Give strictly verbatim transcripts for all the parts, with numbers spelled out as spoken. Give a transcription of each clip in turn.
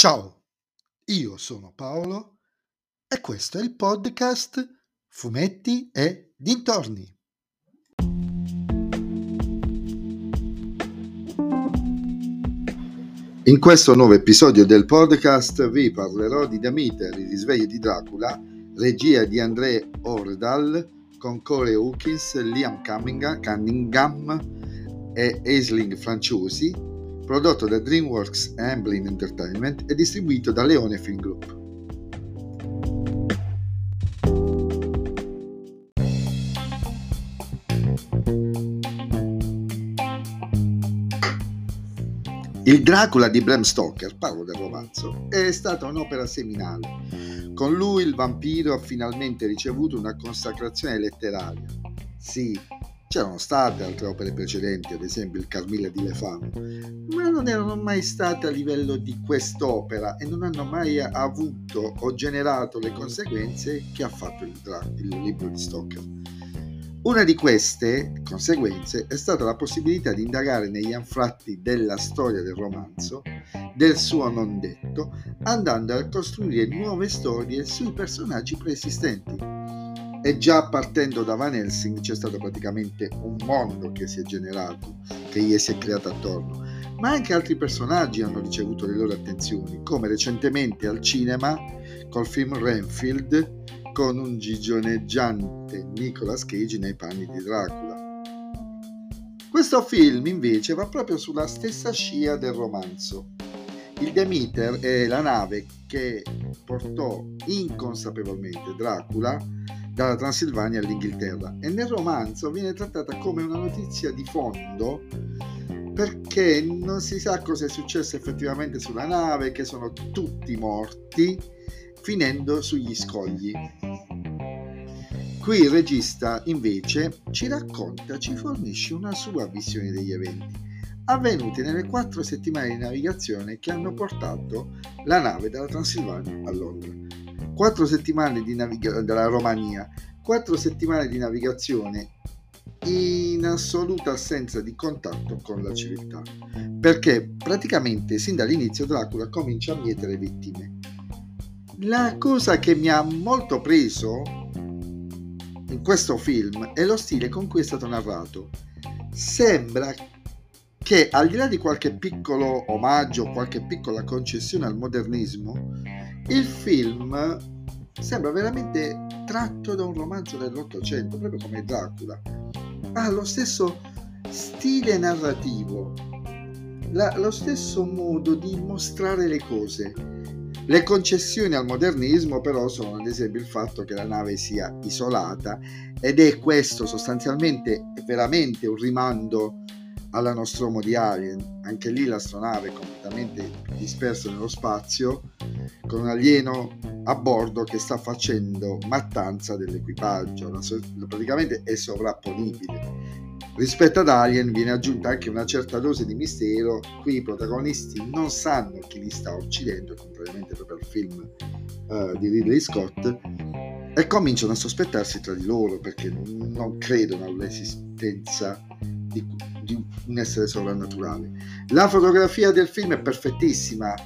Ciao, io sono Paolo e questo è il podcast Fumetti e Dintorni. In questo nuovo episodio del podcast vi parlerò di Demeter, il risveglio di Dracula, regia di André Øvredal, con Corey Hawkins, Liam Cunningham e Aisling Franciosi, prodotto da DreamWorks e Amblin Entertainment e distribuito da Leone Film Group. Il Dracula di Bram Stoker, parlo del romanzo, è stata un'opera seminale. Con lui il vampiro ha finalmente ricevuto una consacrazione letteraria. Sì, c'erano state altre opere precedenti, ad esempio il Carmilla di Le Fanu, ma non erano mai state a livello di quest'opera e non hanno mai avuto o generato le conseguenze che ha fatto il, Dra- il libro di Stoker. Una di queste conseguenze è stata la possibilità di indagare negli anfratti della storia del romanzo, del suo non detto, andando a costruire nuove storie sui personaggi preesistenti. E già partendo da Van Helsing c'è stato praticamente un mondo che si è generato, che gli si è creato attorno, ma anche altri personaggi hanno ricevuto le loro attenzioni, come recentemente al cinema col film Renfield, con un gigioneggiante Nicolas Cage nei panni di Dracula. Questo film invece va proprio sulla stessa scia del romanzo. Il Demeter è la nave che portò inconsapevolmente Dracula dalla Transilvania all'Inghilterra e nel romanzo viene trattata come una notizia di fondo perché non si sa cosa è successo effettivamente sulla nave, che sono tutti morti, finendo sugli scogli. Qui il regista invece ci racconta, ci fornisce una sua visione degli eventi avvenuti nelle quattro settimane di navigazione che hanno portato la nave dalla Transilvania a Londra. Quattro settimane di naviga- dalla Romania, quattro settimane di navigazione in assoluta assenza di contatto con la civiltà, perché praticamente sin dall'inizio Dracula comincia a mietere vittime. La cosa che mi ha molto preso in questo film è lo stile con cui è stato narrato. Sembra che al di là di qualche piccolo omaggio, qualche piccola concessione al modernismo, il film sembra veramente tratto da un romanzo dell'Ottocento, proprio come Dracula. Ha lo stesso stile narrativo, la, lo stesso modo di mostrare le cose. Le concessioni al modernismo però sono ad esempio il fatto che la nave sia isolata, ed è questo sostanzialmente veramente un rimando alla Nostromo di Alien. Anche lì l'astronave completamente dispersa nello spazio con un alieno a bordo che sta facendo mattanza dell'equipaggio, praticamente è sovrapponibile. Rispetto ad Alien viene aggiunta anche una certa dose di mistero. Qui i protagonisti non sanno chi li sta uccidendo, contrariamente proprio al film uh, di Ridley Scott, e cominciano a sospettarsi tra di loro perché non credono all'esistenza di, di un essere sovrannaturale. La fotografia del film è perfettissima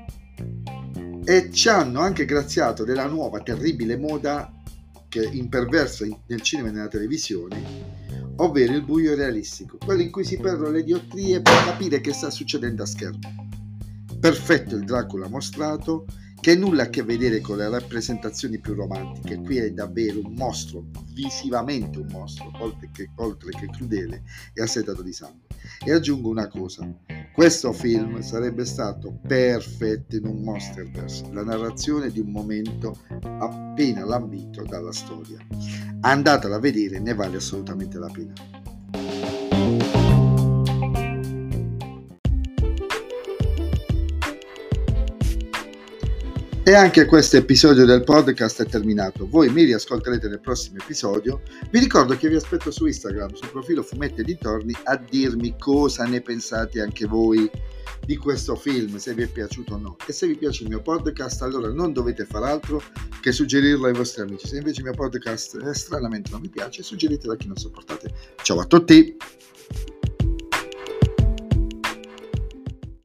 e ci hanno anche graziato della nuova terribile moda che imperversa nel cinema e nella televisione, ovvero il buio realistico, quello in cui si perdono le diottrie per capire che sta succedendo a schermo. Perfetto il Dracula mostrato, che nulla a che vedere con le rappresentazioni più romantiche. Qui è davvero un mostro, visivamente un mostro, oltre che, oltre che crudele e assetato di sangue. E aggiungo una cosa: questo film sarebbe stato perfetto in un Monsterverse, la narrazione di un momento appena lambito dalla storia. Andatela a vedere, ne vale assolutamente la pena. E anche questo episodio del podcast è terminato. Voi mi riascolterete nel prossimo episodio. Vi ricordo che vi aspetto su Instagram, sul profilo Fumetti e Dintorni, a dirmi cosa ne pensate anche voi di questo film, se vi è piaciuto o no. E se vi piace il mio podcast, allora non dovete far altro che suggerirlo ai vostri amici. Se invece il mio podcast stranamente non vi piace, suggeritelo a chi non sopportate. Ciao a tutti!